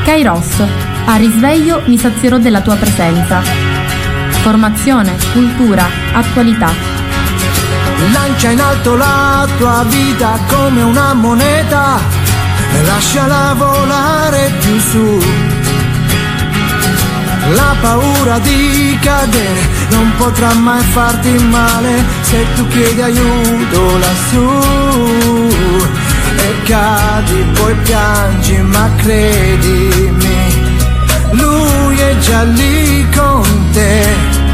Kairos, a risveglio mi sazierò della tua presenza. Formazione, cultura, attualità. Lancia in alto la tua vita come una moneta e lasciala volare più su. La paura di cadere non potrà mai farti male se tu chiedi aiuto lassù. E cadi, poi piangi, ma credimi, lui è già lì con te.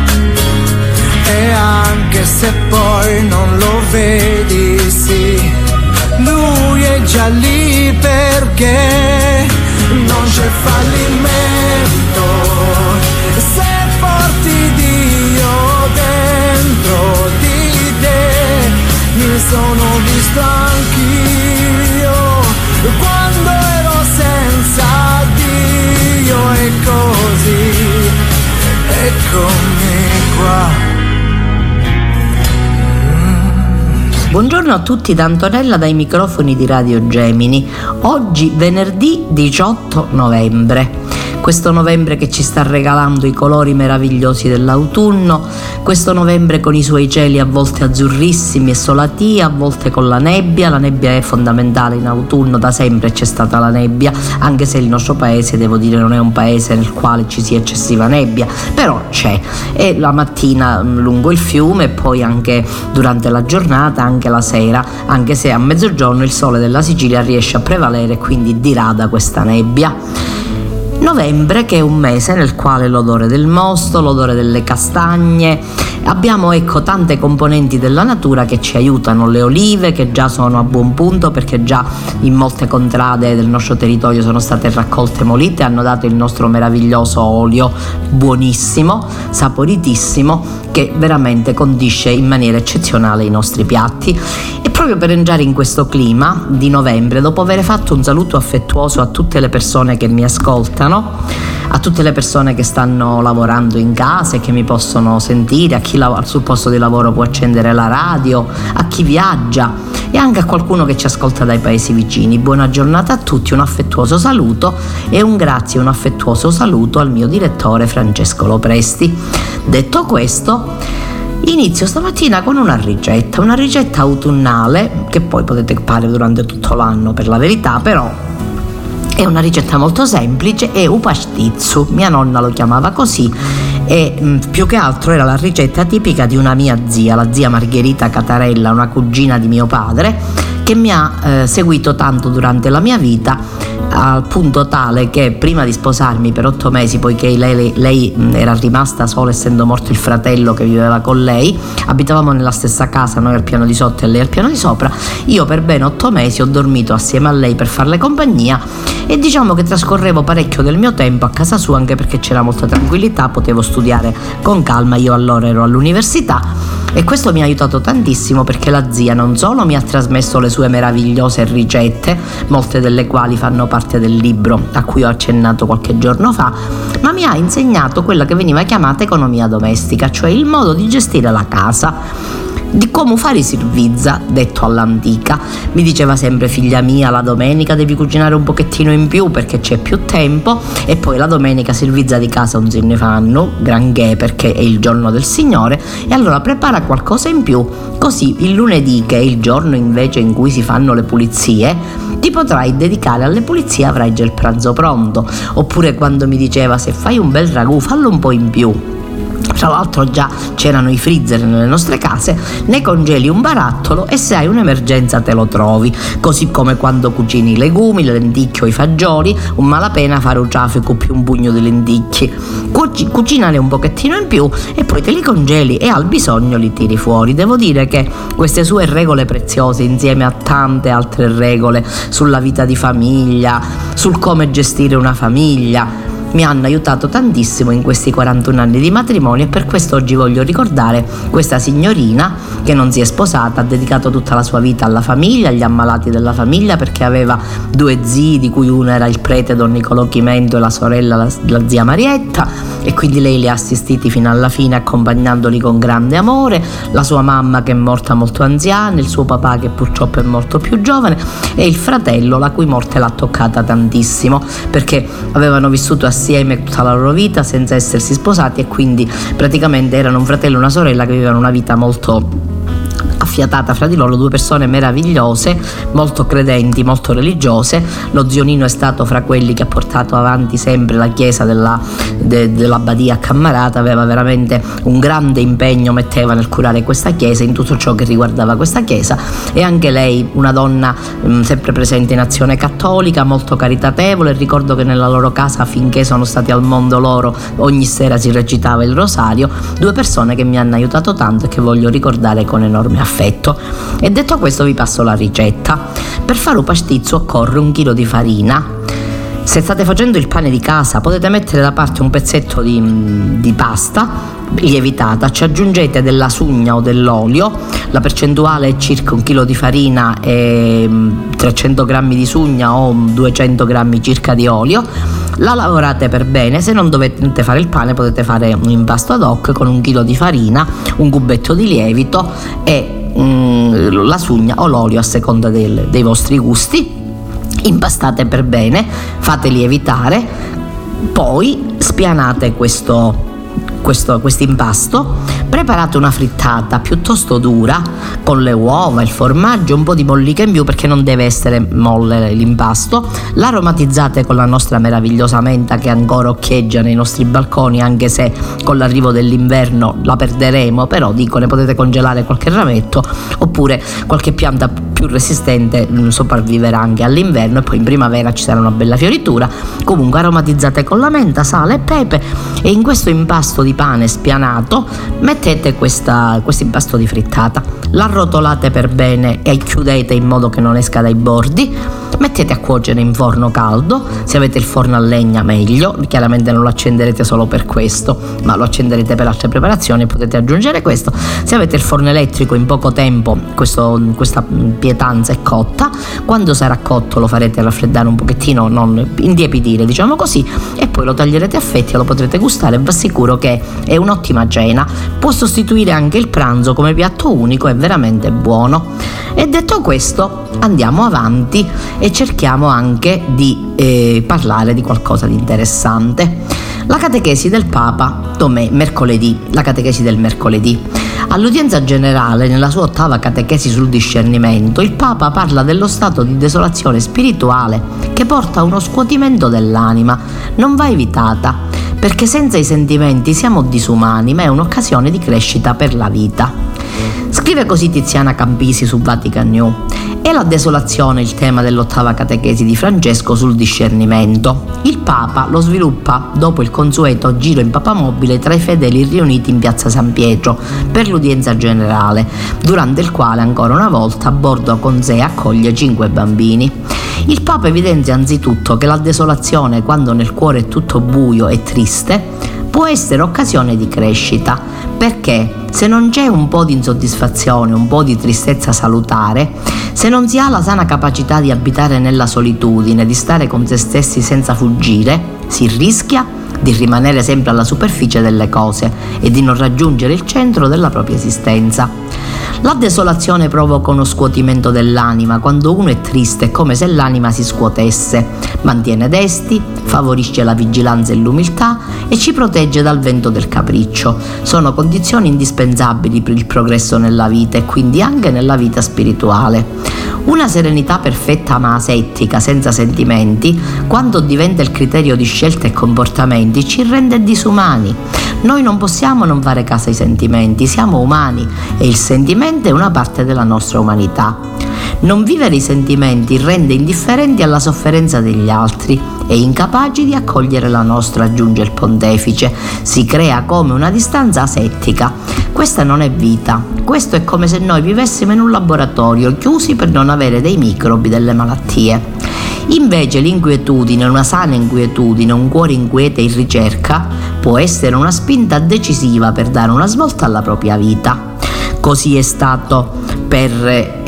E anche se poi non lo vedi, sì, lui è già lì perché non c'è fallimento se porti Dio dentro di te. Mi sono visto anch'io quando ero senza Dio e così eccomi qua. Buongiorno a tutti da Antonella dai microfoni di Radio Gemini. Oggi venerdì 18 novembre. Questo novembre che ci sta regalando i colori meravigliosi dell'autunno, questo novembre con i suoi cieli a volte azzurrissimi e solati, a volte con la nebbia. La nebbia è fondamentale in autunno, da sempre c'è stata la nebbia, anche se il nostro paese, devo dire, non è un paese nel quale ci sia eccessiva nebbia, però c'è, e la mattina lungo il fiume e poi anche durante la giornata, anche la sera, anche se a mezzogiorno il sole della Sicilia riesce a prevalere e quindi dirada questa nebbia. Novembre, che è un mese nel quale l'odore del mosto, l'odore delle castagne, abbiamo tante componenti della natura che ci aiutano. Le olive che già sono a buon punto perché già in molte contrade del nostro territorio sono state raccolte molite, hanno dato il nostro meraviglioso olio buonissimo, saporitissimo, che veramente condisce in maniera eccezionale i nostri piatti. E proprio per entrare in questo clima di novembre, dopo aver fatto un saluto affettuoso a tutte le persone che mi ascoltano, a tutte le persone che stanno lavorando in casa e che mi possono sentire, a chi sul posto di lavoro può accendere la radio, a chi viaggia e anche a qualcuno che ci ascolta dai paesi vicini. Buona giornata a tutti, un affettuoso saluto e un grazie, un affettuoso saluto al mio direttore Francesco Lopresti. Detto questo, inizio stamattina con una ricetta autunnale che poi potete fare durante tutto l'anno, per la verità, però è una ricetta molto semplice, è upastizzu, mia nonna lo chiamava così, e più che altro era la ricetta tipica di una mia zia, la zia Margherita Catarella, una cugina di mio padre, che mi ha seguito tanto durante la mia vita, al punto tale che prima di sposarmi per 8 mesi, poiché lei era rimasta sola essendo morto il fratello che viveva con lei, abitavamo nella stessa casa, noi al piano di sotto e lei al piano di sopra, io per ben 8 mesi ho dormito assieme a lei per farle compagnia e diciamo che trascorrevo parecchio del mio tempo a casa sua, anche perché c'era molta tranquillità, potevo studiare con calma, io allora ero all'università. E questo mi ha aiutato tantissimo, perché la zia non solo mi ha trasmesso le sue meravigliose ricette, molte delle quali fanno parte del libro a cui ho accennato qualche giorno fa, ma mi ha insegnato quella che veniva chiamata economia domestica, cioè il modo di gestire la casa, di come fare i servizza, detto all'antica. Mi diceva sempre: figlia mia, la domenica devi cucinare un pochettino in più perché c'è più tempo, e poi la domenica servizza di casa non se ne fanno granché perché è il giorno del Signore, e allora prepara qualcosa in più, così il lunedì, che è il giorno invece in cui si fanno le pulizie, ti potrai dedicare alle pulizie, avrai già il pranzo pronto. Oppure quando mi diceva: se fai un bel ragù fallo un po' in più. Tra l'altro già c'erano i freezer nelle nostre case, ne congeli un barattolo e se hai un'emergenza te lo trovi. Così come quando cucini i legumi, le lenticchie o i fagioli, un malapena fare un ciafico più un pugno di lenticchie. Cucinane un pochettino in più e poi te li congeli e al bisogno li tiri fuori. Devo dire che queste sue regole preziose, insieme a tante altre regole sulla vita di famiglia, sul come gestire una famiglia, mi hanno aiutato tantissimo in questi 41 anni di matrimonio, e per questo oggi voglio ricordare questa signorina che non si è sposata, ha dedicato tutta la sua vita alla famiglia, agli ammalati della famiglia, perché aveva 2 zii, di cui uno era il prete Don Nicolò Chimento e la sorella la zia Marietta, e quindi lei li ha assistiti fino alla fine, accompagnandoli con grande amore, la sua mamma che è morta molto anziana, il suo papà che purtroppo è molto più giovane, e il fratello la cui morte l'ha toccata tantissimo, perché avevano vissuto assieme tutta la loro vita senza essersi sposati, e quindi praticamente erano un fratello e una sorella che vivevano una vita molto affiatata fra di loro, 2 persone meravigliose, molto credenti, molto religiose. Lo zio Nino è stato fra quelli che ha portato avanti sempre la chiesa dell'abbadia a Cammarata, aveva veramente un grande impegno, metteva nel curare questa chiesa, in tutto ciò che riguardava questa chiesa, e anche lei una donna sempre presente in Azione Cattolica, molto caritatevole. Ricordo che nella loro casa, finché sono stati al mondo loro, ogni sera si recitava il rosario. 2 persone che mi hanno aiutato tanto e che voglio ricordare con enorme affetto. E detto questo vi passo la ricetta. Per fare un pastizzo occorre 1 chilo di farina. Se state facendo il pane di casa potete mettere da parte un pezzetto di pasta lievitata, ci aggiungete della sugna o dell'olio, la percentuale è circa 1 chilo di farina e 300 grammi di sugna o 200 grammi circa di olio. La lavorate per bene. Se non dovete fare il pane potete fare un impasto ad hoc con 1 chilo di farina, un cubetto di lievito e la sugna o l'olio a seconda dei vostri gusti. Impastate per bene, fate lievitare, poi spianate questo impasto, preparate una frittata piuttosto dura con le uova, il formaggio, un po' di mollica in più perché non deve essere molle l'impasto. L'aromatizzate con la nostra meravigliosa menta che ancora occhieggia nei nostri balconi, anche se con l'arrivo dell'inverno la perderemo, però dico, ne potete congelare qualche rametto, oppure qualche pianta più resistente sopravviverà anche all'inverno, e poi in primavera ci sarà una bella fioritura. Comunque aromatizzate con la menta, sale e pepe, e in questo impasto di pane spianato mettete questo impasto di frittata, l'arrotolate per bene e chiudete in modo che non esca dai bordi. Mettete a cuocere in forno caldo, se avete il forno a legna meglio, chiaramente non lo accenderete solo per questo, ma lo accenderete per altre preparazioni, potete aggiungere questo. Se avete il forno elettrico, in poco tempo questa pietanza è cotta. Quando sarà cotto lo farete raffreddare un pochettino, non intiepidire diciamo così, e poi lo taglierete a fetti e lo potrete gustare, e vi assicuro che è un'ottima cena. Può sostituire anche il pranzo come piatto unico, è veramente buono. E detto questo andiamo avanti e cerchiamo anche di parlare di qualcosa di interessante. La catechesi del Papa mercoledì, la catechesi del mercoledì. All'udienza generale, nella sua 8ª catechesi sul discernimento, il Papa parla dello stato di desolazione spirituale che porta a uno scuotimento dell'anima. Non va evitata, perché senza i sentimenti siamo disumani, ma è un'occasione di crescita per la vita. Scrive così Tiziana Campisi su Vatican News. È la desolazione il tema dell'8ª catechesi di Francesco sul discernimento. Il Papa lo sviluppa dopo il consueto giro in papamobile tra i fedeli riuniti in piazza San Pietro per l'udienza generale, durante il quale ancora una volta a bordo con sé accoglie 5 bambini. Il Papa evidenzia anzitutto che la desolazione, quando nel cuore è tutto buio e triste, può essere occasione di crescita, perché se non c'è un po' di insoddisfazione, un po' di tristezza salutare, se non si ha la sana capacità di abitare nella solitudine, di stare con se stessi senza fuggire, si rischia di rimanere sempre alla superficie delle cose e di non raggiungere il centro della propria esistenza. La desolazione provoca uno scuotimento dell'anima. Quando uno è triste è come se l'anima si scuotesse, mantiene desti, favorisce la vigilanza e l'umiltà e ci protegge dal vento del capriccio. Sono condizioni indispensabili per il progresso nella vita e quindi anche nella vita spirituale. Una serenità perfetta ma asettica, senza sentimenti, quando diventa il criterio di scelte e comportamenti, ci rende disumani. Noi non possiamo non fare caso ai sentimenti, siamo umani e il sentimento è una parte della nostra umanità. Non vivere i sentimenti rende indifferenti alla sofferenza degli altri e incapaci di accogliere la nostra, aggiunge il pontefice. Si crea come una distanza asettica. Questa non è vita, questo è come se noi vivessimo in un laboratorio, chiusi per non avere dei microbi, delle malattie. Invece l'inquietudine, una sana inquietudine, un cuore inquieto e in ricerca, può essere una spinta decisiva per dare una svolta alla propria vita. Così è stato per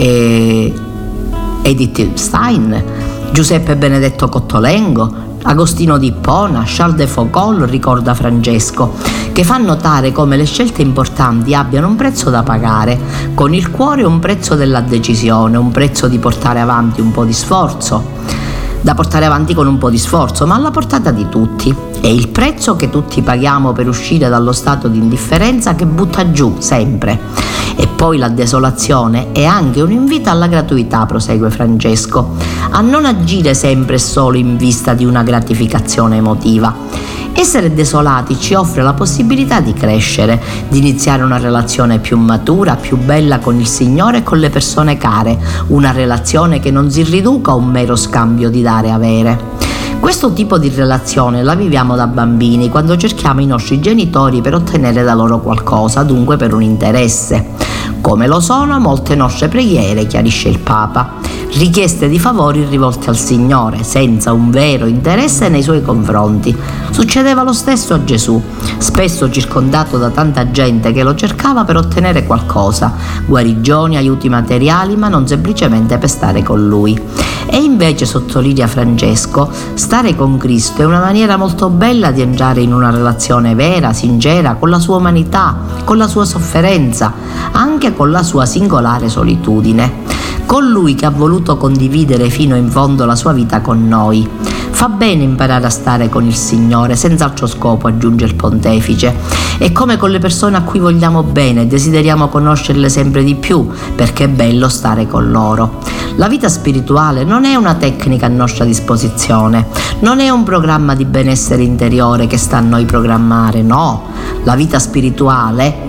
Edith Stein, Giuseppe Benedetto Cottolengo, Agostino d'Ippona, Charles de Foucault ricorda Francesco, che fa notare come le scelte importanti abbiano un prezzo da pagare, con il cuore un prezzo della decisione, un prezzo di portare avanti un po' di sforzo, da portare avanti con un po' di sforzo, ma alla portata di tutti. È il prezzo che tutti paghiamo per uscire dallo stato di indifferenza che butta giù sempre. E poi la desolazione è anche un invito alla gratuità, prosegue Francesco, a non agire sempre e solo in vista di una gratificazione emotiva. Essere desolati ci offre la possibilità di crescere, di iniziare una relazione più matura, più bella con il Signore e con le persone care, una relazione che non si riduca a un mero scambio di dare e avere. Questo tipo di relazione la viviamo da bambini, quando cerchiamo i nostri genitori per ottenere da loro qualcosa, dunque per un interesse. Come lo sono molte nostre preghiere, chiarisce il Papa, richieste di favori rivolte al Signore, senza un vero interesse nei suoi confronti. Succedeva lo stesso a Gesù, spesso circondato da tanta gente che lo cercava per ottenere qualcosa, guarigioni, aiuti materiali, ma non semplicemente per stare con Lui. E invece, sottolinea Francesco, stare con Cristo è una maniera molto bella di entrare in una relazione vera, sincera, con la sua umanità, con la sua sofferenza, anche con la sua singolare solitudine. Con Lui che ha voluto condividere fino in fondo la sua vita con noi. Fa bene imparare a stare con il Signore, senza altro scopo, aggiunge il Pontefice. È come con le persone a cui vogliamo bene, desideriamo conoscerle sempre di più, perché è bello stare con loro. La vita spirituale non è una tecnica a nostra disposizione, non è un programma di benessere interiore che sta a noi programmare, no. La vita spirituale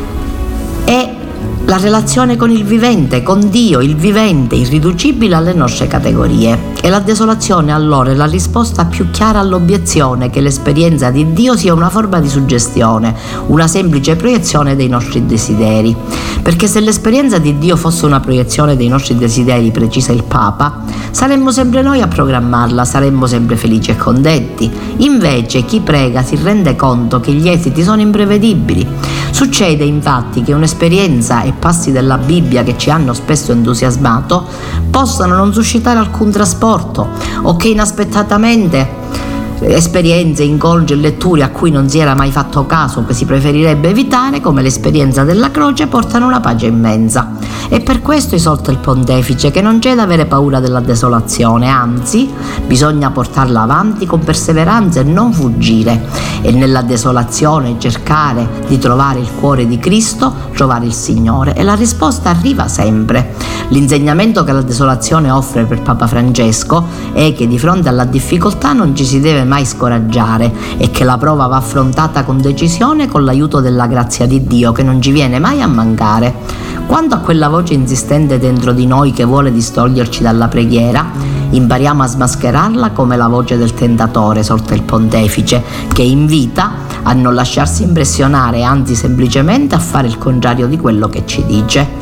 è la relazione con il vivente, con Dio, il vivente, irriducibile alle nostre categorie. E la desolazione allora è la risposta più chiara all'obiezione che l'esperienza di Dio sia una forma di suggestione, una semplice proiezione dei nostri desideri. Perché se l'esperienza di Dio fosse una proiezione dei nostri desideri, precisa il Papa, saremmo sempre noi a programmarla, saremmo sempre felici e contenti. Invece chi prega si rende conto che gli esiti sono imprevedibili. Succede infatti che un'esperienza e passi della Bibbia che ci hanno spesso entusiasmato possano non suscitare alcun trasporto, o che inaspettatamente esperienze, incontri e letture a cui non si era mai fatto caso, che si preferirebbe evitare, come l'esperienza della croce, portano una pace immensa. E per questo esorta il Pontefice che non c'è da avere paura della desolazione, anzi bisogna portarla avanti con perseveranza e non fuggire, e nella desolazione cercare di trovare il cuore di Cristo, trovare il Signore, e la risposta arriva sempre. L'insegnamento che la desolazione offre per Papa Francesco è che di fronte alla difficoltà non ci si deve mai scoraggiare e che la prova va affrontata con decisione, con l'aiuto della grazia di Dio che non ci viene mai a mancare. Quanto a quella voce insistente dentro di noi che vuole distoglierci dalla preghiera, impariamo a smascherarla come la voce del tentatore, esorta il Pontefice, che invita a non lasciarsi impressionare, anzi semplicemente a fare il contrario di quello che ci dice.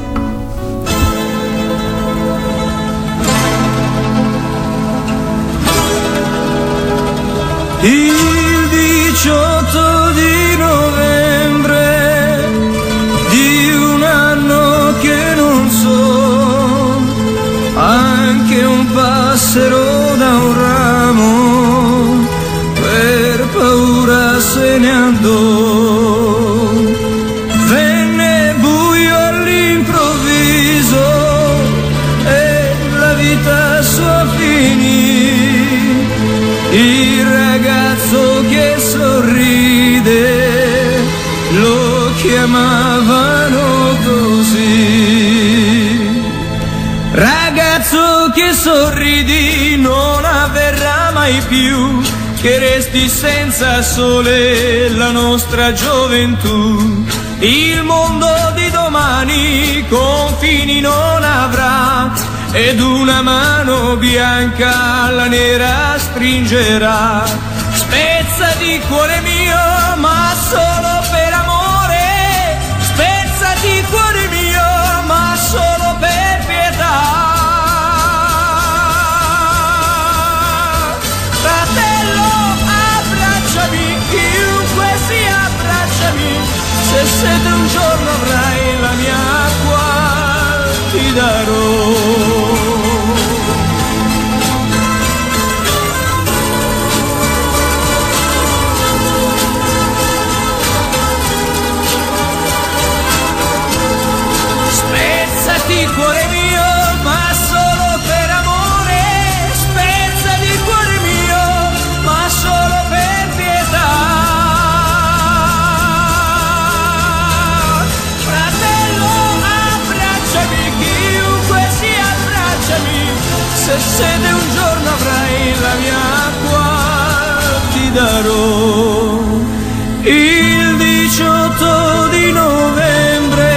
Il 18 di novembre di un anno che non so, anche un passero da un ramo per paura se ne andò. Venne buio all'improvviso e la vita sua finì. Il ragazzo che sorride lo chiamavano così. Ragazzo che sorridi, non avverrà mai più che resti senza sole la nostra gioventù. Il mondo di domani confini non avrà ed una mano bianca la nera stringerà. Spezzati cuore mio, ma solo per amore. Spezzati cuore mio, ma solo per pietà. darò il 18 di novembre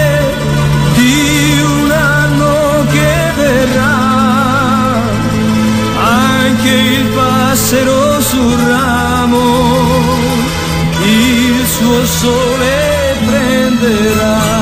di un anno che verrà. Anche il passero sul ramo il suo sole prenderà.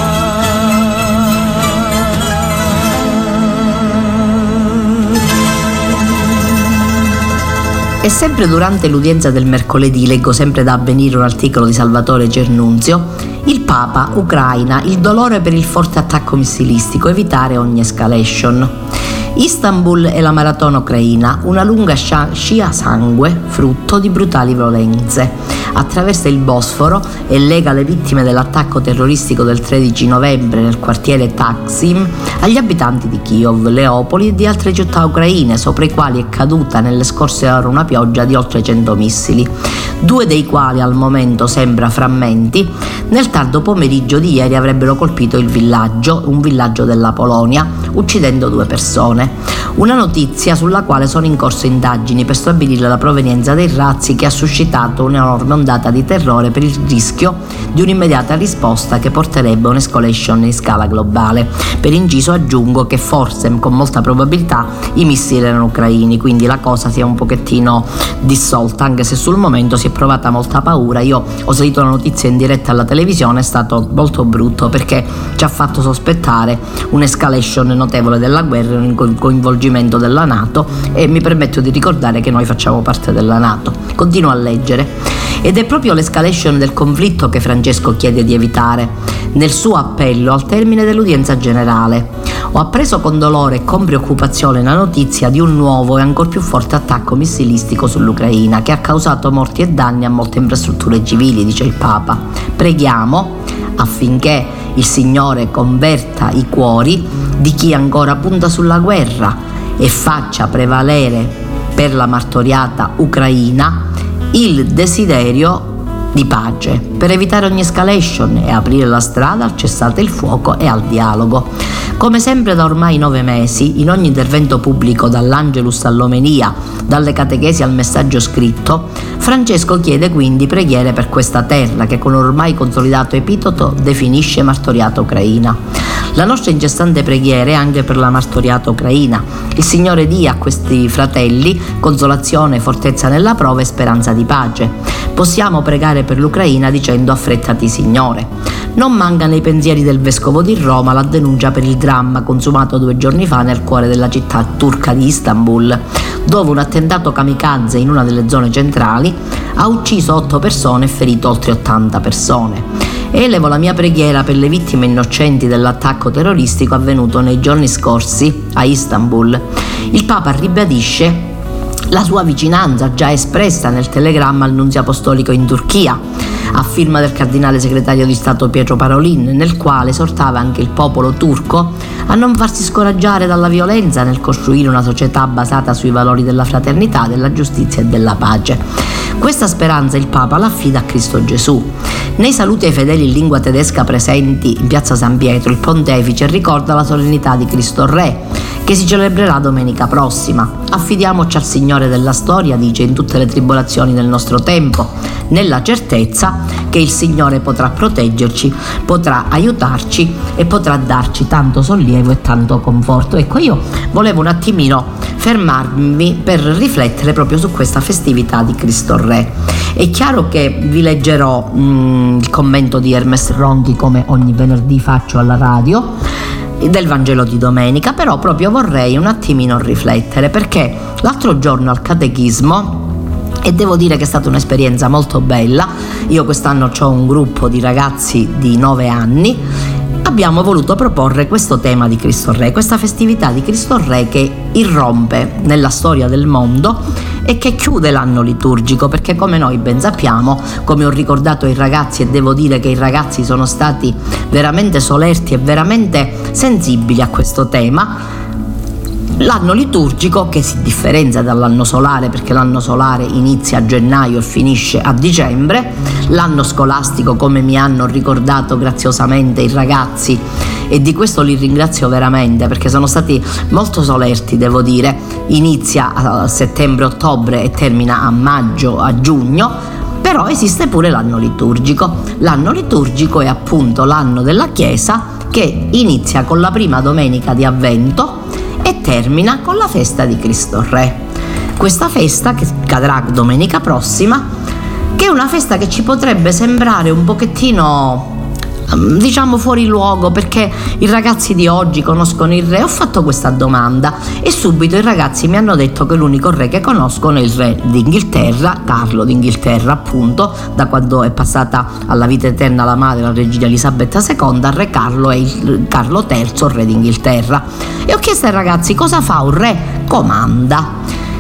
E sempre durante l'udienza del mercoledì, leggo sempre da Avvenire un articolo di Salvatore Cernunzio, il Papa ucraina, il dolore per il forte attacco missilistico, evitare ogni escalation. Istanbul e la maratona ucraina, una lunga scia sangue, frutto di brutali violenze. Attraversa il Bosforo e lega le vittime dell'attacco terroristico del 13 novembre nel quartiere Taksim agli abitanti di Kiev, Leopoli e di altre città ucraine, sopra i quali è caduta nelle scorse ore una pioggia di oltre 100 missili, 2 dei quali al momento sembra frammenti, nel tardo pomeriggio di ieri avrebbero colpito un villaggio della Polonia, uccidendo 2 persone. Una notizia sulla quale sono in corso indagini per stabilire la provenienza dei razzi, che ha suscitato un'enorme ondata di terrore per il rischio di un'immediata risposta che porterebbe a un'escalation in scala globale. Per inciso aggiungo che forse, con molta probabilità, i missili erano ucraini, quindi la cosa si è un pochettino dissolta, anche se sul momento si è provata molta paura. Io ho sentito la notizia in diretta alla televisione, è stato molto brutto perché ci ha fatto sospettare un'escalation notevole della guerra, un coinvolgimento della NATO, e mi permetto di ricordare che noi facciamo parte della NATO. Continuo a leggere. Ed è proprio l'escalation del conflitto che Francesco chiede di evitare nel suo appello al termine dell'udienza generale. Ho appreso con dolore e con preoccupazione la notizia di un nuovo e ancor più forte attacco missilistico sull'Ucraina, che ha causato morti e danni a molte infrastrutture civili, dice il Papa. Preghiamo affinché il Signore converta i cuori di chi ancora punta sulla guerra e faccia prevalere per la martoriata Ucraina il desiderio di pace, per evitare ogni escalation e aprire la strada al cessate il fuoco e al dialogo. Come sempre da ormai 9 mesi, in ogni intervento pubblico, dall'Angelus all'Omenia, dalle catechesi al messaggio scritto, Francesco chiede quindi preghiere per questa terra che con un ormai consolidato epiteto definisce martoriata Ucraina. La nostra incessante preghiera è anche per la martoriata Ucraina. Il Signore dia a questi fratelli consolazione, fortezza nella prova e speranza di pace. Possiamo pregare per l'Ucraina dicendo: affrettati Signore. Non manca nei pensieri del Vescovo di Roma la denuncia per il dramma consumato 2 giorni fa nel cuore della città turca di Istanbul, dove un attentato kamikaze in una delle zone centrali ha ucciso 8 persone e ferito oltre 80 persone. Elevo la mia preghiera per le vittime innocenti dell'attacco terroristico avvenuto nei giorni scorsi a Istanbul. Il Papa ribadisce la sua vicinanza già espressa nel telegramma al nunzio apostolico in Turchia, a firma del cardinale segretario di Stato Pietro Parolin, nel quale esortava anche il popolo turco a non farsi scoraggiare dalla violenza nel costruire una società basata sui valori della fraternità, della giustizia e della pace. Questa speranza il Papa l'affida a Cristo Gesù. Nei saluti ai fedeli in lingua tedesca presenti in piazza San Pietro, il pontefice ricorda la solennità di Cristo Re, che si celebrerà domenica prossima. Affidiamoci al Signore della storia, dice, in tutte le tribolazioni del nostro tempo, nella certezza che il Signore potrà proteggerci, potrà aiutarci e potrà darci tanto sollievo e tanto conforto. Ecco, io volevo un attimino fermarmi per riflettere proprio su questa festività di Cristo Re. È chiaro che vi leggerò il commento di Hermes Ronchi, come ogni venerdì faccio alla radio, del Vangelo di domenica, però proprio vorrei un attimino riflettere, perché l'altro giorno al catechismo, e devo dire che è stata un'esperienza molto bella, io quest'anno ho un gruppo di ragazzi di 9 anni, abbiamo voluto proporre questo tema di Cristo Re, questa festività di Cristo Re che irrompe nella storia del mondo e che chiude l'anno liturgico, perché come noi ben sappiamo, come ho ricordato ai ragazzi, e devo dire che i ragazzi sono stati veramente solerti e veramente sensibili a questo tema, l'anno liturgico, che si differenzia dall'anno solare perché l'anno solare inizia a gennaio e finisce a dicembre, l'anno scolastico, come mi hanno ricordato graziosamente i ragazzi, e di questo li ringrazio veramente perché sono stati molto solerti, devo dire, inizia a settembre-ottobre e termina a maggio, a giugno, però esiste pure l'anno liturgico. L'anno liturgico è appunto l'anno della Chiesa che inizia con la prima domenica di Avvento e termina con la festa di Cristo Re. Questa festa, che cadrà domenica prossima, che è una festa che ci potrebbe sembrare un pochettino, diciamo, fuori luogo, perché i ragazzi di oggi conoscono il re. Ho fatto questa domanda e subito i ragazzi mi hanno detto che l'unico re che conoscono è il re d'Inghilterra, Carlo d'Inghilterra, appunto, da quando è passata alla vita eterna la madre, la regina Elisabetta II, il re Carlo è il Carlo III, re d'Inghilterra. E ho chiesto ai ragazzi: cosa fa un re? Comanda.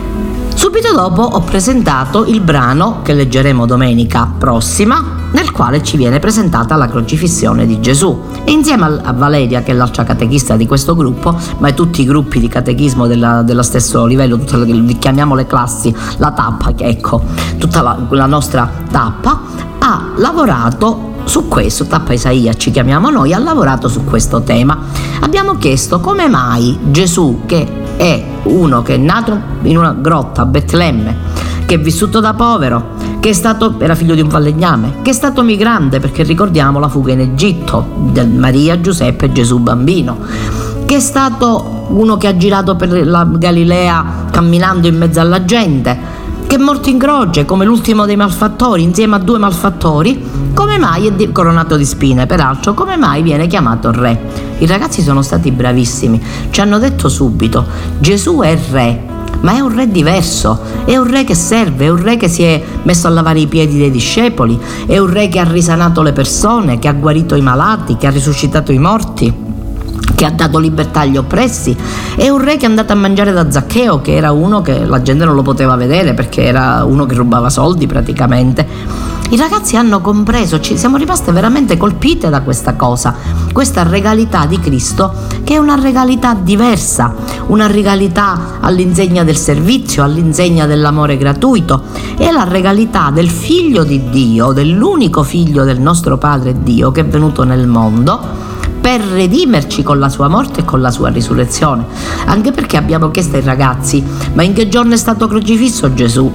Subito dopo ho presentato il brano che leggeremo domenica prossima, nel quale ci viene presentata la crocifissione di Gesù, e insieme a Valeria, che è l'altra catechista di questo gruppo, ma è tutti i gruppi di catechismo dello stesso livello, li chiamiamo le classi, la tappa, ecco, tutta la nostra tappa ha lavorato su questo, tappa Isaia ci chiamiamo noi, ha lavorato su questo tema. Abbiamo chiesto come mai Gesù, che è uno che è nato in una grotta a Betlemme, che è vissuto da povero, che era figlio di un falegname, che è stato migrante, perché ricordiamo la fuga in Egitto di Maria, Giuseppe e Gesù bambino, che è stato uno che ha girato per la Galilea camminando in mezzo alla gente, che è morto in croce come l'ultimo dei malfattori insieme a 2 malfattori. Come mai è coronato di spine, peraltro, come mai viene chiamato re? I ragazzi sono stati bravissimi, ci hanno detto subito: Gesù è re, ma è un re diverso, è un re che serve, è un re che si è messo a lavare i piedi dei discepoli, è un re che ha risanato le persone, che ha guarito i malati, che ha risuscitato i morti, che ha dato libertà agli oppressi. È un re che è andato a mangiare da Zaccheo, che era uno che la gente non lo poteva vedere perché era uno che rubava soldi praticamente. I ragazzi hanno compreso, siamo rimaste veramente colpite da questa cosa, questa regalità di Cristo, che è una regalità diversa, una regalità all'insegna del servizio, all'insegna dell'amore gratuito. È la regalità del figlio di Dio, dell'unico figlio del nostro Padre Dio, che è venuto nel mondo per redimerci con la sua morte e con la sua risurrezione. Anche perché abbiamo chiesto ai ragazzi: ma in che giorno è stato crocifisso Gesù?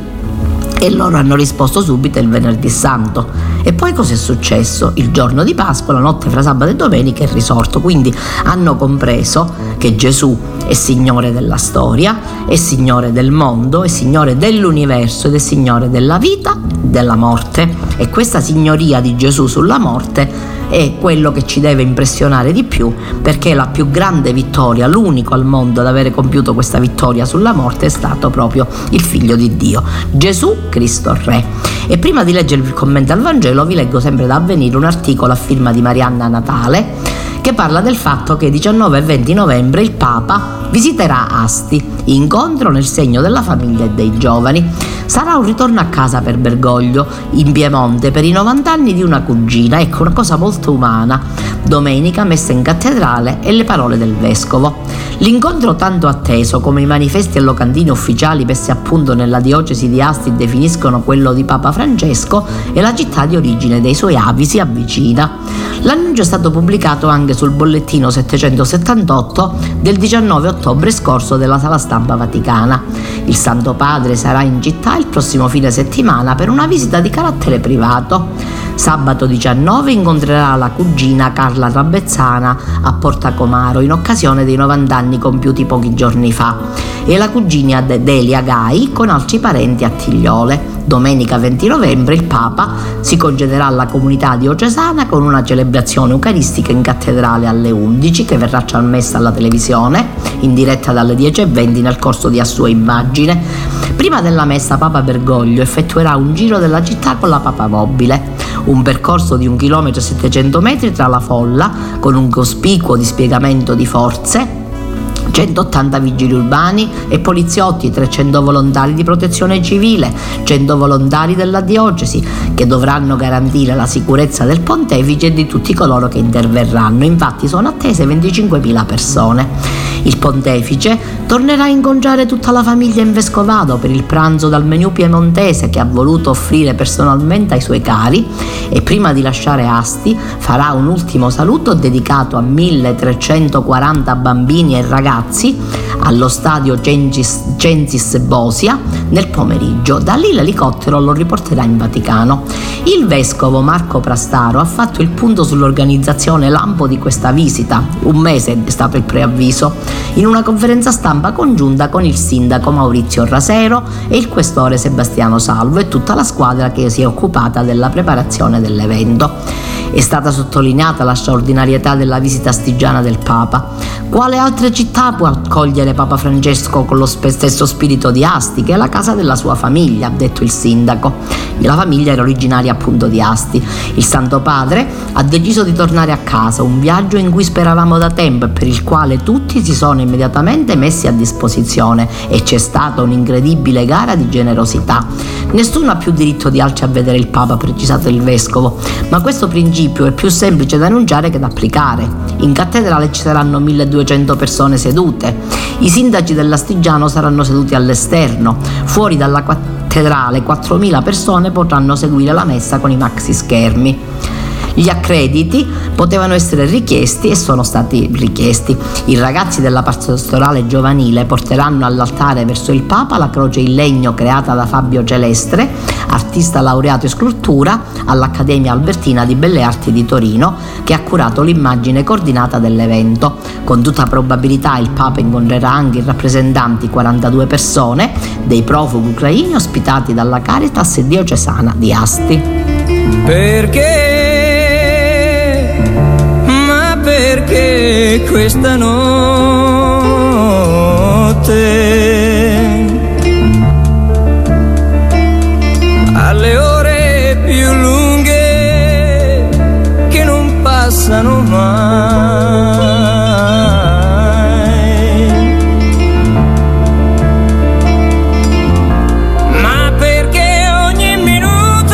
E loro hanno risposto subito: il venerdì santo. E poi cosa è successo? Il giorno di Pasqua, la notte fra sabato e domenica, è risorto. Quindi hanno compreso che Gesù è Signore della storia, è Signore del mondo, è Signore dell'universo ed è Signore della vita, della morte. E questa signoria di Gesù sulla morte è quello che ci deve impressionare di più, perché la più grande vittoria, l'unico al mondo ad avere compiuto questa vittoria sulla morte, è stato proprio il Figlio di Dio, Gesù Cristo Re. E prima di leggere il commento al Vangelo vi leggo sempre da Avvenire un articolo a firma di Marianna Natale, che parla del fatto che 19 e 20 novembre il Papa visiterà Asti, incontro nel segno della famiglia e dei giovani. Sarà un ritorno a casa per Bergoglio, in Piemonte, per i 90 anni di una cugina. Ecco, una cosa molto umana. Domenica messa in cattedrale e le parole del vescovo. L'incontro tanto atteso, come i manifesti e locandini ufficiali messi a punto nella diocesi di Asti definiscono quello di Papa Francesco, e la città di origine dei suoi avi si avvicina. L'annuncio è stato pubblicato anche sul bollettino 778 del 19 ottobre scorso della Sala Stampa Vaticana. Il Santo Padre sarà in città il prossimo fine settimana per una visita di carattere privato. Sabato 19 incontrerà la cugina Carla Trabezzana a Porta Comaro in occasione dei 90 anni compiuti pochi giorni fa, e la cugina Delia Gai con altri parenti a Tigliole. Domenica 20 novembre il Papa si concederà alla comunità diocesana con una celebrazione eucaristica in cattedrale alle 11, che verrà trasmessa alla televisione in diretta dalle 10:20 nel corso di A Sua Immagine. Prima della messa Papa Bergoglio effettuerà un giro della città con la Papa Mobile, un percorso di 1 chilometro e 700 metri tra la folla, con un cospicuo dispiegamento di forze, 180 vigili urbani e poliziotti, 300 volontari di protezione civile, 100 volontari della diocesi, che dovranno garantire la sicurezza del pontefice e di tutti coloro che interverranno. Infatti sono attese 25.000 persone. Il pontefice tornerà a incontrare tutta la famiglia in Vescovado per il pranzo dal menù piemontese che ha voluto offrire personalmente ai suoi cari, e prima di lasciare Asti farà un ultimo saluto dedicato a 1340 bambini e ragazzi ragazzi allo stadio Censis Bosia nel pomeriggio. Da lì l'elicottero lo riporterà in Vaticano. Il vescovo Marco Prastaro ha fatto il punto sull'organizzazione lampo di questa visita. Un mese è stato il preavviso, in una conferenza stampa congiunta con il sindaco Maurizio Rasero e il questore Sebastiano Salvo e tutta la squadra che si è occupata della preparazione dell'evento. È stata sottolineata la straordinarietà della visita astigiana del Papa. Quale altre città può accogliere Papa Francesco con lo stesso spirito di Asti, che è la casa della sua famiglia, ha detto il sindaco. La famiglia era originaria appunto di Asti. Il Santo Padre ha deciso di tornare a casa, un viaggio in cui speravamo da tempo e per il quale tutti si sono immediatamente messi a disposizione, e c'è stata un'incredibile gara di generosità. Nessuno ha più diritto di altri a vedere il Papa, ha precisato il vescovo, ma questo principio è più semplice da enunciare che da applicare. In cattedrale ci saranno 1200 persone sedute, i sindaci dell'Astigiano saranno seduti all'esterno, fuori dalla cattedrale 4000 persone potranno seguire la messa con i maxi schermi. Gli accrediti potevano essere richiesti e sono stati richiesti. I ragazzi della pastorale giovanile porteranno all'altare verso il Papa la croce in legno creata da Fabio Celestre, artista laureato in scultura all'Accademia Albertina di Belle Arti di Torino, che ha curato l'immagine coordinata dell'evento. Con tutta probabilità il Papa incontrerà anche i rappresentanti, 42 persone, dei profughi ucraini ospitati dalla Caritas diocesana di Asti. Perché questa notte alle ore più lunghe che non passano mai, ma perché ogni minuto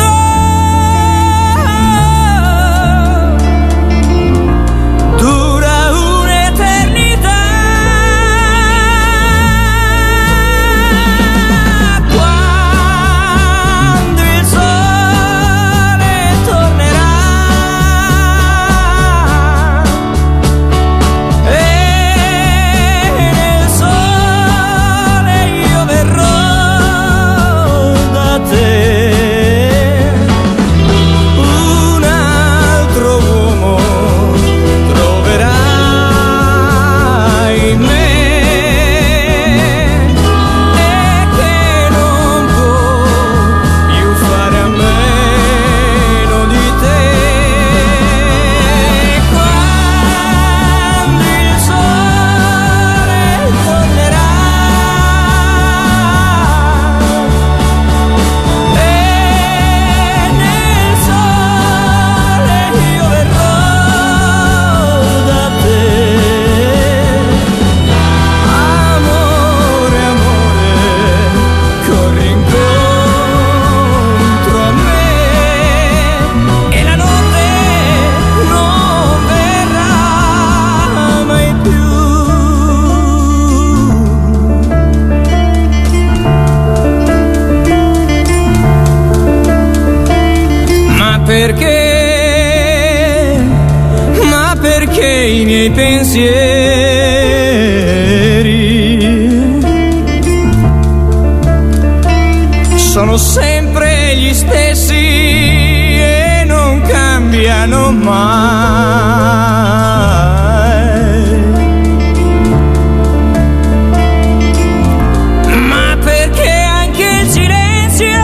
perché i miei pensieri sono sempre gli stessi e non cambiano mai. Ma perché anche il silenzio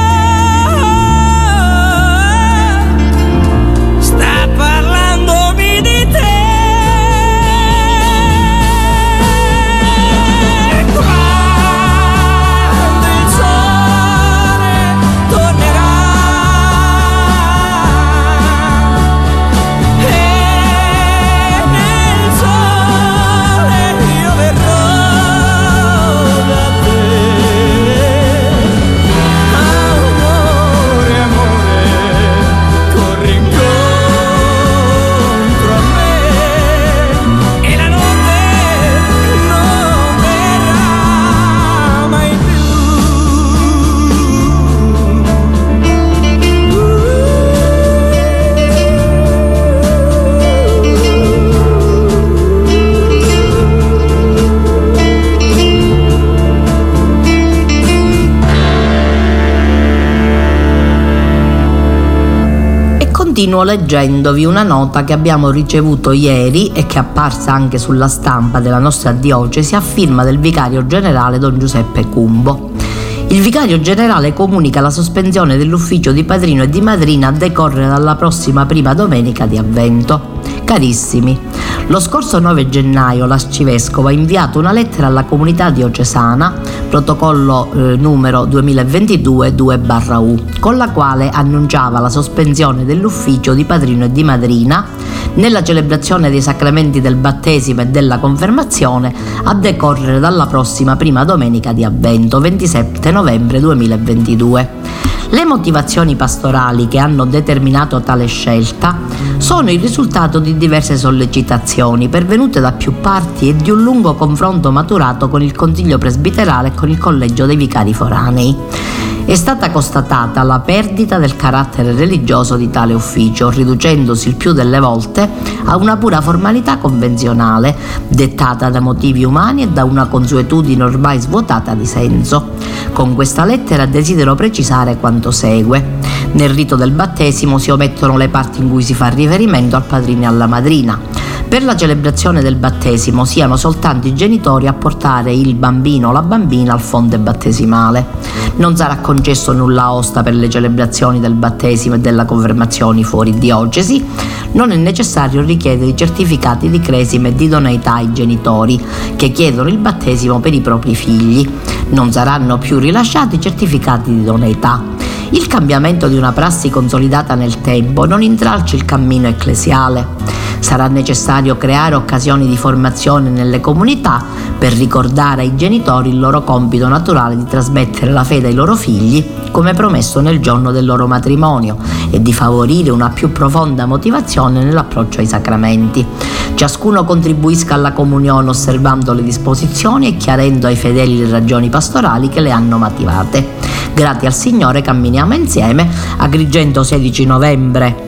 sta parlandomi di te. Quando il sole tornerà e nel continuo leggendovi una nota che abbiamo ricevuto ieri e che è apparsa anche sulla stampa della nostra diocesi a firma del vicario generale Don Giuseppe Cumbo. Il vicario generale comunica la sospensione dell'ufficio di padrino e di madrina a decorrere dalla prossima prima domenica di Avvento. Carissimi, lo scorso 9 gennaio l'arcivescovo ha inviato una lettera alla comunità diocesana, protocollo numero 2022-2/U, con la quale annunciava la sospensione dell'ufficio di padrino e di madrina nella celebrazione dei sacramenti del battesimo e della confermazione a decorrere dalla prossima prima domenica di Avvento, 27 novembre 2022. Le motivazioni pastorali che hanno determinato tale scelta sono il risultato di diverse sollecitazioni pervenute da più parti e di un lungo confronto maturato con il Consiglio presbiterale e con il Collegio dei Vicari Foranei. È stata constatata la perdita del carattere religioso di tale ufficio, riducendosi il più delle volte a una pura formalità convenzionale, dettata da motivi umani e da una consuetudine ormai svuotata di senso. Con questa lettera desidero precisare quanto segue. Nel rito del battesimo si omettono le parti in cui si fa riferimento al padrino e alla madrina. Per la celebrazione del battesimo siano soltanto i genitori a portare il bambino o la bambina al fonte battesimale. Non sarà concesso nulla osta per le celebrazioni del battesimo e della confermazione fuori diocesi. Non è necessario richiedere i certificati di cresima e di idoneità ai genitori che chiedono il battesimo per i propri figli. Non saranno più rilasciati i certificati di idoneità. Il cambiamento di una prassi consolidata nel tempo non intralcia il cammino ecclesiale. Sarà necessario creare occasioni di formazione nelle comunità per ricordare ai genitori il loro compito naturale di trasmettere la fede ai loro figli, come promesso nel giorno del loro matrimonio, e di favorire una più profonda motivazione nell'approccio ai sacramenti. Ciascuno contribuisca alla comunione osservando le disposizioni e chiarendo ai fedeli le ragioni pastorali che le hanno motivate. Grazie al Signore camminiamo insieme. Agrigento, 16 novembre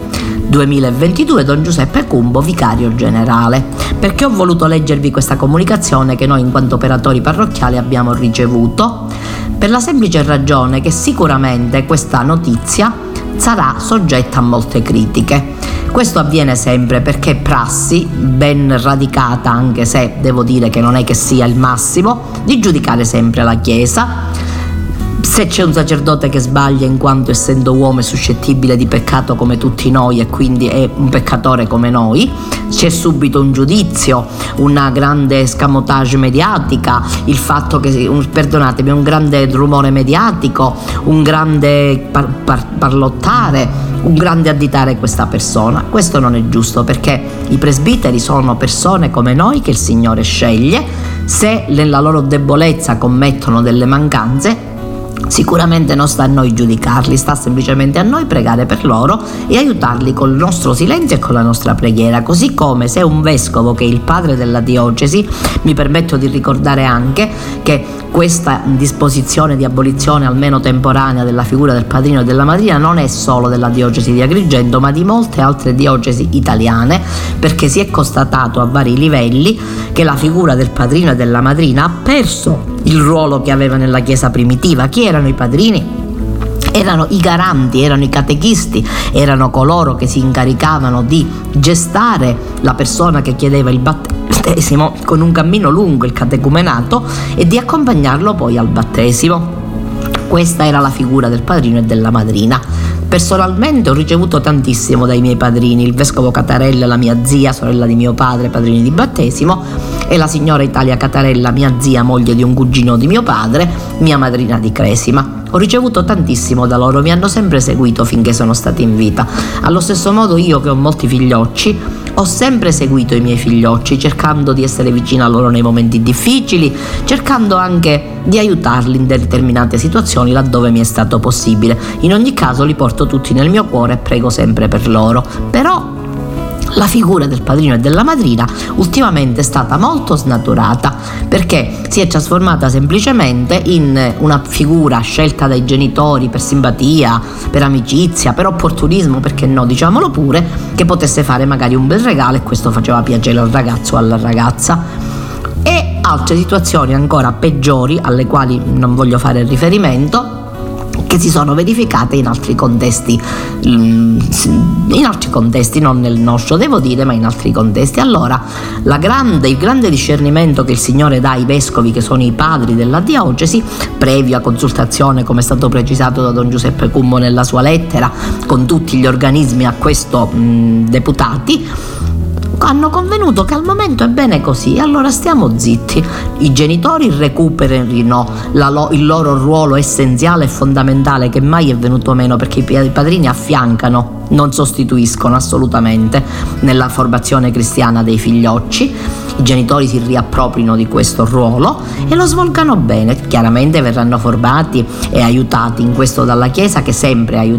2022, Don Giuseppe Cumbo, vicario generale. Perché ho voluto leggervi questa comunicazione che noi in quanto operatori parrocchiali abbiamo ricevuto? Per la semplice ragione che sicuramente questa notizia sarà soggetta a molte critiche. Questo avviene sempre perché è prassi ben radicata, anche se devo dire che non è che sia il massimo, di giudicare sempre la Chiesa. Se c'è un sacerdote che sbaglia in quanto essendo uomo è suscettibile di peccato come tutti noi e quindi è un peccatore come noi, c'è subito un giudizio, una grande escamotage mediatica, il fatto che, perdonatemi, un grande rumore mediatico, un grande parlottare, un grande additare questa persona. Questo non è giusto, perché i presbiteri sono persone come noi che il Signore sceglie. Se nella loro debolezza commettono delle mancanze, sicuramente non sta a noi giudicarli, sta semplicemente a noi pregare per loro e aiutarli col nostro silenzio e con la nostra preghiera. Così come se un vescovo, che è il padre della diocesi, mi permetto di ricordare anche che questa disposizione di abolizione almeno temporanea della figura del padrino e della madrina non è solo della diocesi di Agrigento, ma di molte altre diocesi italiane, perché si è constatato a vari livelli che la figura del padrino e della madrina ha perso il ruolo che aveva nella Chiesa primitiva. Chi erano i padrini? Erano i garanti, erano i catechisti, erano coloro che si incaricavano di gestare la persona che chiedeva il battesimo con un cammino lungo, il catecumenato, e di accompagnarlo poi al battesimo. Questa era la figura del padrino e della madrina. Personalmente ho ricevuto tantissimo dai miei padrini, il vescovo Catarella, la mia zia, sorella di mio padre, padrini di battesimo, e la signora Italia Catarella, mia zia, moglie di un cugino di mio padre, mia madrina di cresima. Ho ricevuto tantissimo da loro, mi hanno sempre seguito finché sono stati in vita. Allo stesso modo io, che ho molti figliocci, ho sempre seguito i miei figliocci, cercando di essere vicina a loro nei momenti difficili, cercando anche di aiutarli in determinate situazioni laddove mi è stato possibile. In ogni caso li porto tutti nel mio cuore e prego sempre per loro. Però la figura del padrino e della madrina ultimamente è stata molto snaturata, perché si è trasformata semplicemente in una figura scelta dai genitori per simpatia, per amicizia, per opportunismo, perché no, diciamolo pure, che potesse fare magari un bel regalo e questo faceva piacere al ragazzo o alla ragazza. E altre situazioni ancora peggiori, alle quali non voglio fare riferimento, che si sono verificate in altri contesti, non nel nostro devo dire, ma in altri contesti. Allora il grande discernimento che il Signore dà ai vescovi, che sono i padri della diocesi, previa consultazione, come è stato precisato da Don Giuseppe Cummo nella sua lettera, con tutti gli organismi a questo deputati, hanno convenuto che al momento è bene così, allora stiamo zitti. I genitori recuperino il loro ruolo essenziale e fondamentale, che mai è venuto meno, perché i padrini affiancano, non sostituiscono assolutamente nella formazione cristiana dei figliocci. I genitori si riapproprino di questo ruolo e lo svolgano bene. Chiaramente verranno formati e aiutati in questo dalla Chiesa, che sempre ha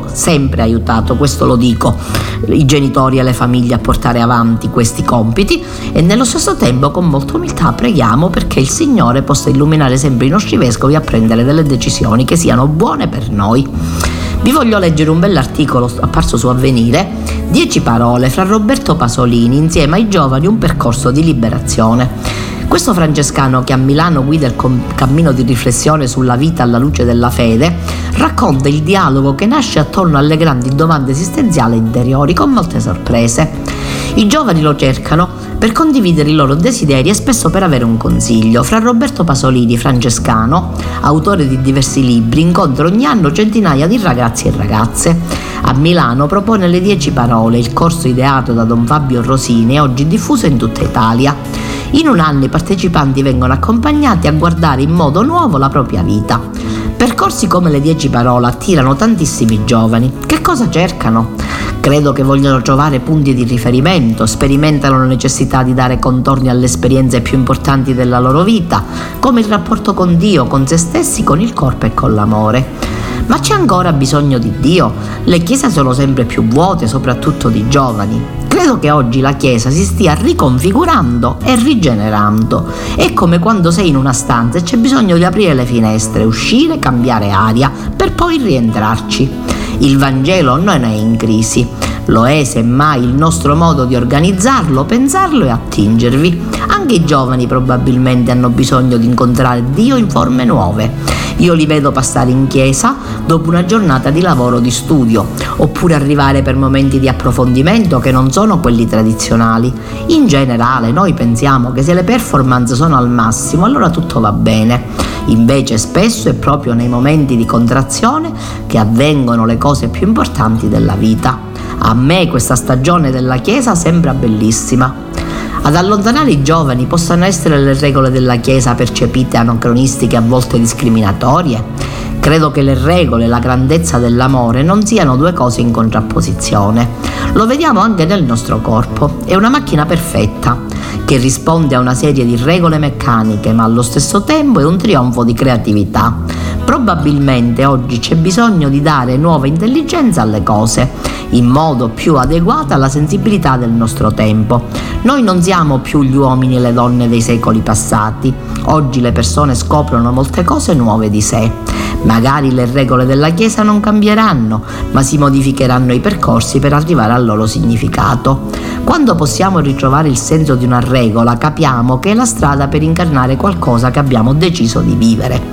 aiutato, questo lo dico, i genitori e le famiglie a portare avanti questi compiti, e nello stesso tempo con molta umiltà preghiamo perché il Signore possa illuminare sempre i nostri vescovi a prendere delle decisioni che siano buone per noi. Vi voglio leggere un bell'articolo apparso su Avvenire, 10 parole fra Roberto Pasolini insieme ai giovani, un percorso di liberazione. Questo francescano, che a Milano guida il cammino di riflessione sulla vita alla luce della fede, racconta il dialogo che nasce attorno alle grandi domande esistenziali interiori, con molte sorprese. I giovani lo cercano per condividere i loro desideri e spesso per avere un consiglio. Fra Roberto Pasolini, francescano, autore di diversi libri, incontra ogni anno centinaia di ragazzi e ragazze. A Milano propone le 10 parole, il corso ideato da Don Fabio Rosini e oggi diffuso in tutta Italia. In un anno i partecipanti vengono accompagnati a guardare in modo nuovo la propria vita. Percorsi come le 10 parole attirano tantissimi giovani. Che cosa cercano? Credo che vogliono trovare punti di riferimento, sperimentano la necessità di dare contorni alle esperienze più importanti della loro vita, come il rapporto con Dio, con se stessi, con il corpo e con l'amore. Ma c'è ancora bisogno di Dio? Le chiese sono sempre più vuote, soprattutto di giovani. Credo che oggi la Chiesa si stia riconfigurando e rigenerando. È come quando sei in una stanza e c'è bisogno di aprire le finestre, uscire, cambiare aria, per poi rientrarci. Il Vangelo non è in crisi, lo è semmai il nostro modo di organizzarlo, pensarlo e attingervi. Anche i giovani probabilmente hanno bisogno di incontrare Dio in forme nuove. Io li vedo passare in chiesa dopo una giornata di lavoro o di studio, oppure arrivare per momenti di approfondimento che non sono quelli tradizionali. In generale noi pensiamo che se le performance sono al massimo allora tutto va bene. Invece spesso è proprio nei momenti di contrazione che avvengono le cose più importanti della vita. A me questa stagione della Chiesa sembra bellissima. Ad allontanare i giovani possano essere le regole della Chiesa percepite anacronistiche, a volte discriminatorie? Credo che le regole e la grandezza dell'amore non siano due cose in contrapposizione. Lo vediamo anche nel nostro corpo. È una macchina perfetta che risponde a una serie di regole meccaniche, ma allo stesso tempo è un trionfo di creatività. Probabilmente oggi c'è bisogno di dare nuova intelligenza alle cose, in modo più adeguato alla sensibilità del nostro tempo. Noi non siamo più gli uomini e le donne dei secoli passati. Oggi le persone scoprono molte cose nuove di sé. Magari le regole della Chiesa non cambieranno, ma si modificheranno i percorsi per arrivare al loro significato. Quando possiamo ritrovare il senso di una regola, capiamo che è la strada per incarnare qualcosa che abbiamo deciso di vivere.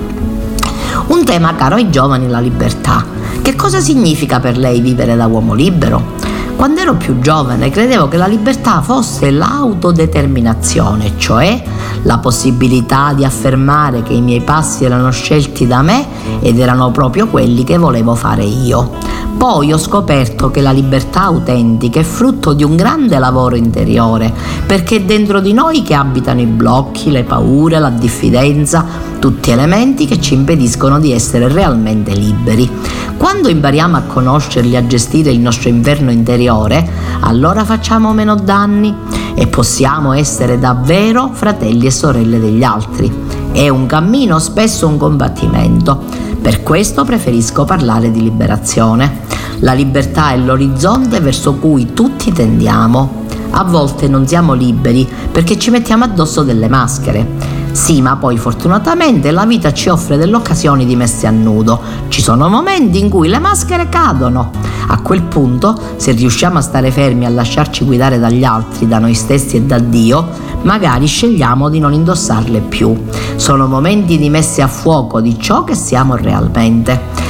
Un tema caro ai giovani è la libertà. Che cosa significa per lei vivere da uomo libero? Quando ero più giovane credevo che la libertà fosse l'autodeterminazione, cioè la possibilità di affermare che i miei passi erano scelti da me ed erano proprio quelli che volevo fare io. Poi ho scoperto che la libertà autentica è frutto di un grande lavoro interiore, perché è dentro di noi che abitano i blocchi, le paure, la diffidenza, tutti elementi che ci impediscono di essere realmente liberi. Quando impariamo a conoscerli, a gestire il nostro inverno interiore, allora facciamo meno danni e possiamo essere davvero fratelli e sorelle degli altri. È un cammino, spesso un combattimento. Per questo preferisco parlare di liberazione. La libertà è l'orizzonte verso cui tutti tendiamo. A volte non siamo liberi perché ci mettiamo addosso delle maschere. Sì, ma poi fortunatamente la vita ci offre delle occasioni di messa a nudo. Ci sono momenti in cui le maschere cadono. A quel punto, se riusciamo a stare fermi e a lasciarci guidare dagli altri, da noi stessi e da Dio, magari scegliamo di non indossarle più. Sono momenti di messa a fuoco di ciò che siamo realmente.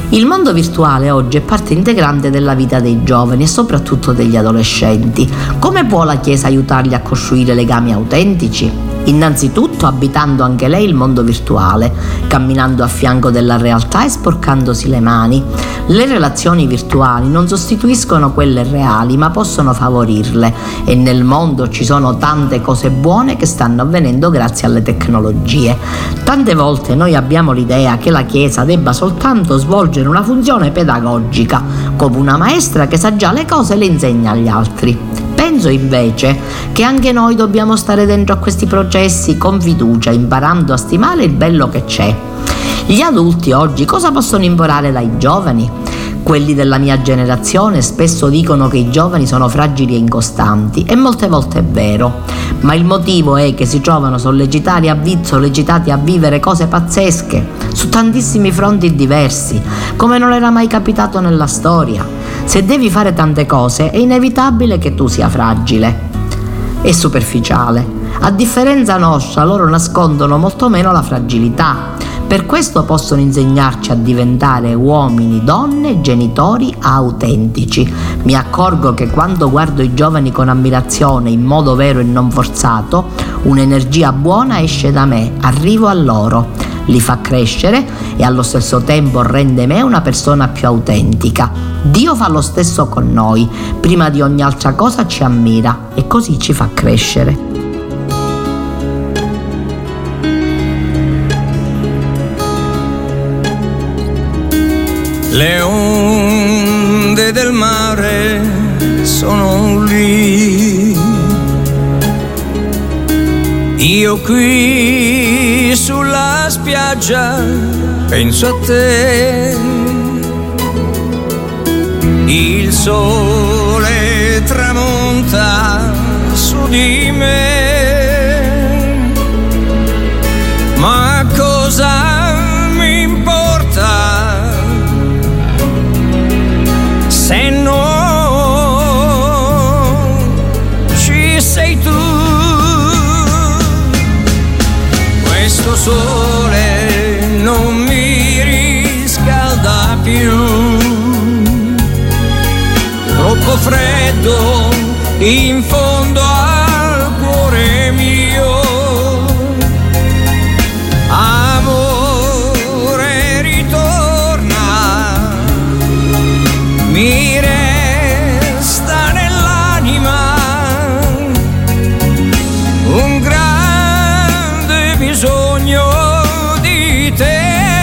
Il mondo virtuale oggi è parte integrante della vita dei giovani e soprattutto degli adolescenti. Come può la Chiesa aiutarli a costruire legami autentici? Innanzitutto abitando anche lei il mondo virtuale, camminando a fianco della realtà e sporcandosi le mani. Le relazioni virtuali non sostituiscono quelle reali, ma possono favorirle, e nel mondo ci sono tante cose buone che stanno avvenendo grazie alle tecnologie. Tante volte noi abbiamo l'idea che la Chiesa debba soltanto svolgere una funzione pedagogica, come una maestra che sa già le cose e le insegna agli altri. Penso invece che anche noi dobbiamo stare dentro a questi processi con fiducia, imparando a stimare il bello che c'è. Gli adulti oggi cosa possono imparare dai giovani? Quelli della mia generazione spesso dicono che i giovani sono fragili e incostanti, e molte volte è vero, ma il motivo è che si trovano sollecitati a vivere cose pazzesche su tantissimi fronti diversi, come non era mai capitato nella storia. Se devi fare tante cose è inevitabile che tu sia fragile e superficiale. A differenza nostra, loro nascondono molto meno la fragilità. Per questo possono insegnarci a diventare uomini, donne, genitori autentici. Mi accorgo che quando guardo i giovani con ammirazione, in modo vero e non forzato, un'energia buona esce da me, arrivo a loro, li fa crescere e allo stesso tempo rende me una persona più autentica. Dio fa lo stesso con noi, prima di ogni altra cosa ci ammira e così ci fa crescere. Le onde del mare sono lì, io qui sulla spiaggia penso a te, il sole tramonta su di me, ma cosa mi importa se non ci sei tu? Questo sole non mi riscalda più, troppo freddo in fondo al cuore mio. Amore, ritorna, mi resta nell'anima un grande bisogno di te.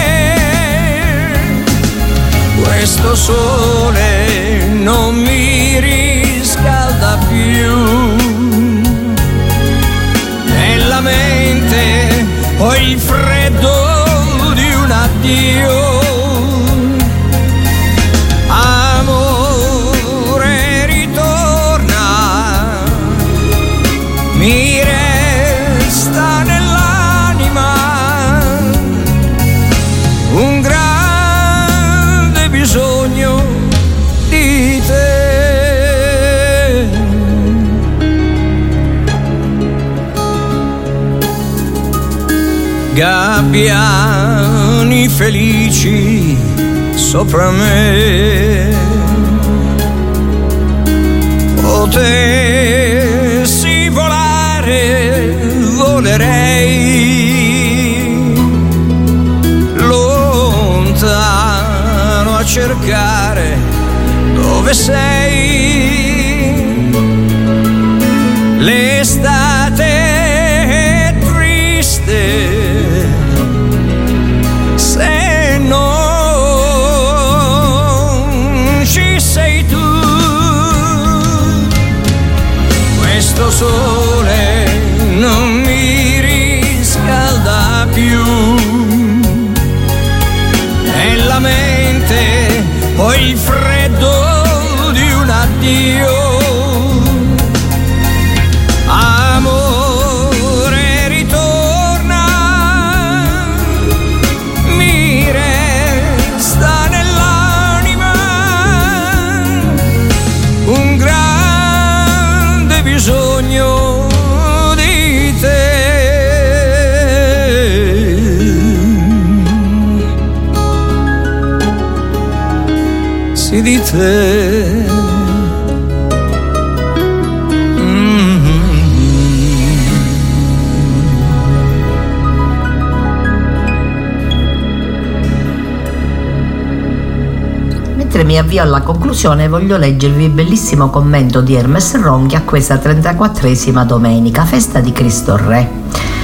Questo sole non mi riscalda più, nella mente ho il freddo di un addio. Amore, ritorna, mi resta nell'anima un grande bisogno di te. Gabbiani felici sopra me, potessi volare, volerei lontano a cercare dove sei. L'estate è triste se non ci sei tu. Questo sole non mi riscalda più, nella mente ho il freddo di un addio. Amore, ritorna, mi resta nell'anima un grande bisogno di te. pensi di te. Mentre mi avvio alla conclusione, voglio leggervi il bellissimo commento di Hermes Ronchi a questa 34esima domenica, festa di Cristo Re.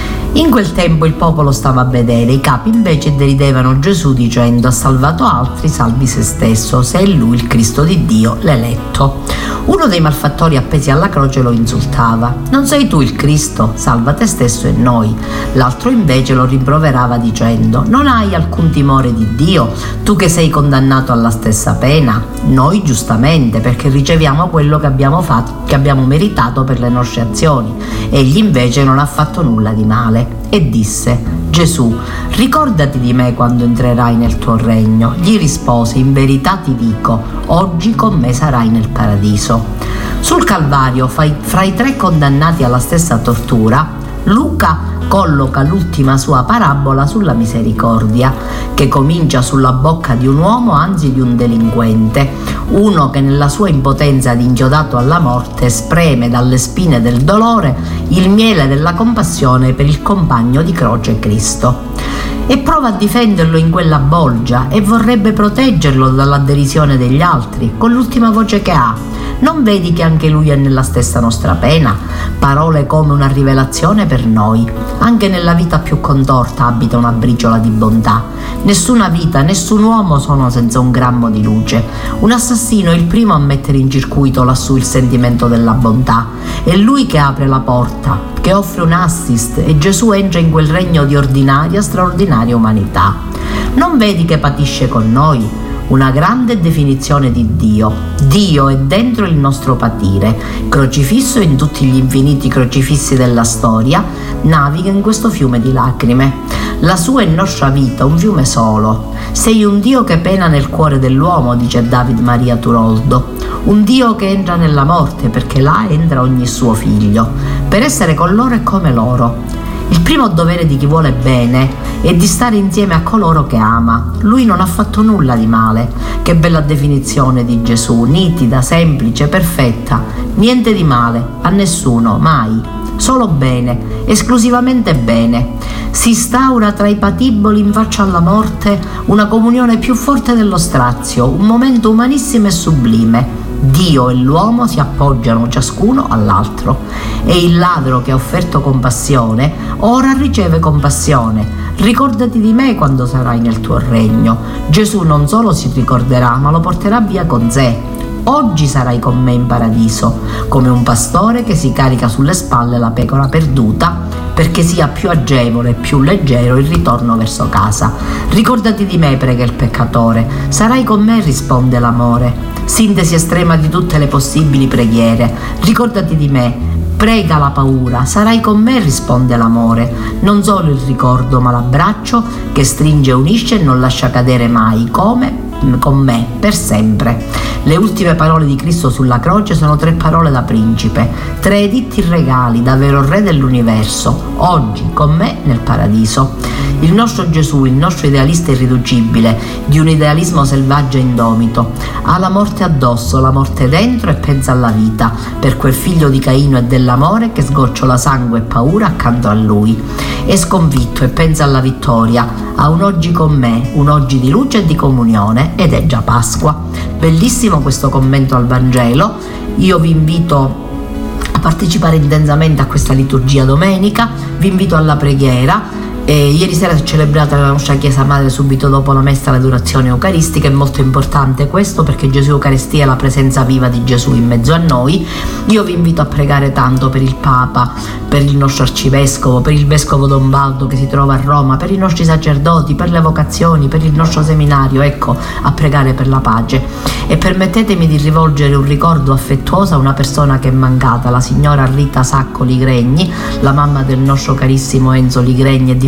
In quel tempo il popolo stava a vedere, i capi invece deridevano Gesù dicendo: ha salvato altri, salvi se stesso, se è lui il Cristo di Dio, l'eletto. Uno dei malfattori appesi alla croce lo insultava: non sei tu il Cristo? Salva te stesso e noi. L'altro invece lo rimproverava dicendo: non hai alcun timore di Dio, tu che sei condannato alla stessa pena? Noi giustamente, perché riceviamo quello che abbiamo fatto, che abbiamo meritato per le nostre azioni. Egli invece non ha fatto nulla di male. E disse: Gesù, ricordati di me quando entrerai nel tuo regno. Gli rispose: in verità ti dico, oggi con me sarai nel paradiso. Sul Calvario, fra i tre condannati alla stessa tortura, Luca colloca l'ultima sua parabola sulla misericordia, che comincia sulla bocca di un uomo, anzi di un delinquente, uno che nella sua impotenza di inchiodato alla morte spreme dalle spine del dolore il miele della compassione per il compagno di croce Cristo. E prova a difenderlo in quella bolgia e vorrebbe proteggerlo dalla derisione degli altri con l'ultima voce che ha: non vedi che anche lui è nella stessa nostra pena? Parole come una rivelazione per noi. Anche nella vita più contorta abita una briciola di bontà. Nessuna vita, nessun uomo sono senza un grammo di luce. Un assassino è il primo a mettere in circuito lassù il sentimento della bontà. È lui che apre la porta, che offre un assist, e Gesù entra in quel regno di ordinaria, straordinaria umanità. Non vedi che patisce con noi? Una grande definizione di Dio. Dio è dentro il nostro patire, crocifisso in tutti gli infiniti crocifissi della storia, naviga in questo fiume di lacrime. La sua è nostra vita, un fiume solo. Sei un Dio che pena nel cuore dell'uomo, dice David Maria Turoldo. Un Dio che entra nella morte, perché là entra ogni suo figlio, per essere con loro e come loro. Il primo dovere di chi vuole bene è di stare insieme a coloro che ama. Lui non ha fatto nulla di male. Che bella definizione di Gesù, nitida, semplice, perfetta. Niente di male, a nessuno, mai. Solo bene, esclusivamente bene. Si instaura tra i patiboli in faccia alla morte una comunione più forte dello strazio, un momento umanissimo e sublime. Dio e l'uomo si appoggiano ciascuno all'altro, e il ladro che ha offerto compassione ora riceve compassione. Ricordati di me quando sarai nel tuo regno. Gesù non solo si ricorderà, ma lo porterà via con sé. Oggi sarai con me in paradiso, come un pastore che si carica sulle spalle la pecora perduta, perché sia più agevole e più leggero il ritorno verso casa. Ricordati di me, prega il peccatore. Sarai con me, risponde l'amore. Sintesi estrema di tutte le possibili preghiere. Ricordati di me, prega la paura. Sarai con me, risponde l'amore. Non solo il ricordo, ma l'abbraccio che stringe, unisce e non lascia cadere mai, come con me, per sempre. Le ultime parole di Cristo sulla croce sono 3 parole da principe, 3 editti regali da vero re dell'universo: oggi con me nel paradiso. Il nostro Gesù, il nostro idealista irriducibile, di un idealismo selvaggio e indomito, ha la morte addosso, la morte dentro, e pensa alla vita, per quel figlio di Caino e dell'amore che sgocciola sangue e paura accanto a lui. È sconfitto e pensa alla vittoria, a un oggi con me, un oggi di luce e di comunione, ed è già Pasqua. Bellissimo questo commento al Vangelo. Io vi invito a partecipare intensamente a questa liturgia domenica, vi invito alla preghiera. Ieri sera si è celebrata nella nostra Chiesa Madre, subito dopo la messa, l'adorazione eucaristica. È molto importante questo, perché Gesù Eucaristia è la presenza viva di Gesù in mezzo a noi. Io vi invito a pregare tanto per il Papa, per il nostro Arcivescovo, per il Vescovo Don Baldo che si trova a Roma, per i nostri sacerdoti, per le vocazioni, per il nostro seminario, ecco, a pregare per la pace. E permettetemi di rivolgere un ricordo affettuoso a una persona che è mancata, la signora Rita Sacco Ligregni, la mamma del nostro carissimo Enzo Ligregni e di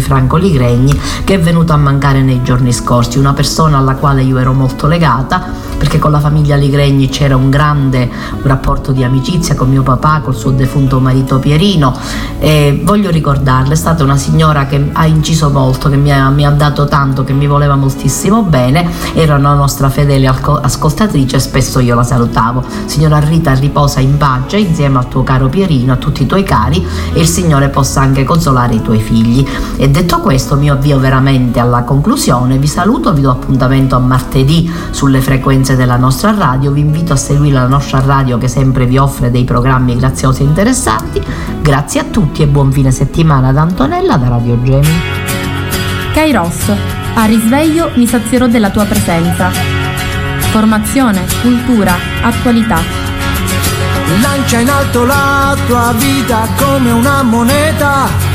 Franco Ligregni, che è venuto a mancare nei giorni scorsi, una persona alla quale io ero molto legata, perché con la famiglia Ligregni c'era un rapporto di amicizia con mio papà, col suo defunto marito Pierino, e voglio ricordarla. È stata una signora che ha inciso molto, che mi ha dato tanto, che mi voleva moltissimo bene, era una nostra fedele ascoltatrice e spesso io la salutavo. Signora Rita, riposa in pace insieme al tuo caro Pierino, a tutti i tuoi cari, e il Signore possa anche consolare i tuoi figli. E detto questo mi avvio veramente alla conclusione, vi saluto, vi do appuntamento a martedì sulle frequenze della nostra radio, vi invito a seguire la nostra radio che sempre vi offre dei programmi graziosi e interessanti. Grazie a tutti e buon fine settimana da Antonella da Radio Gemini. Kairos, a risveglio mi sazierò della tua presenza. Formazione, cultura, attualità. Lancia in alto la tua vita come una moneta.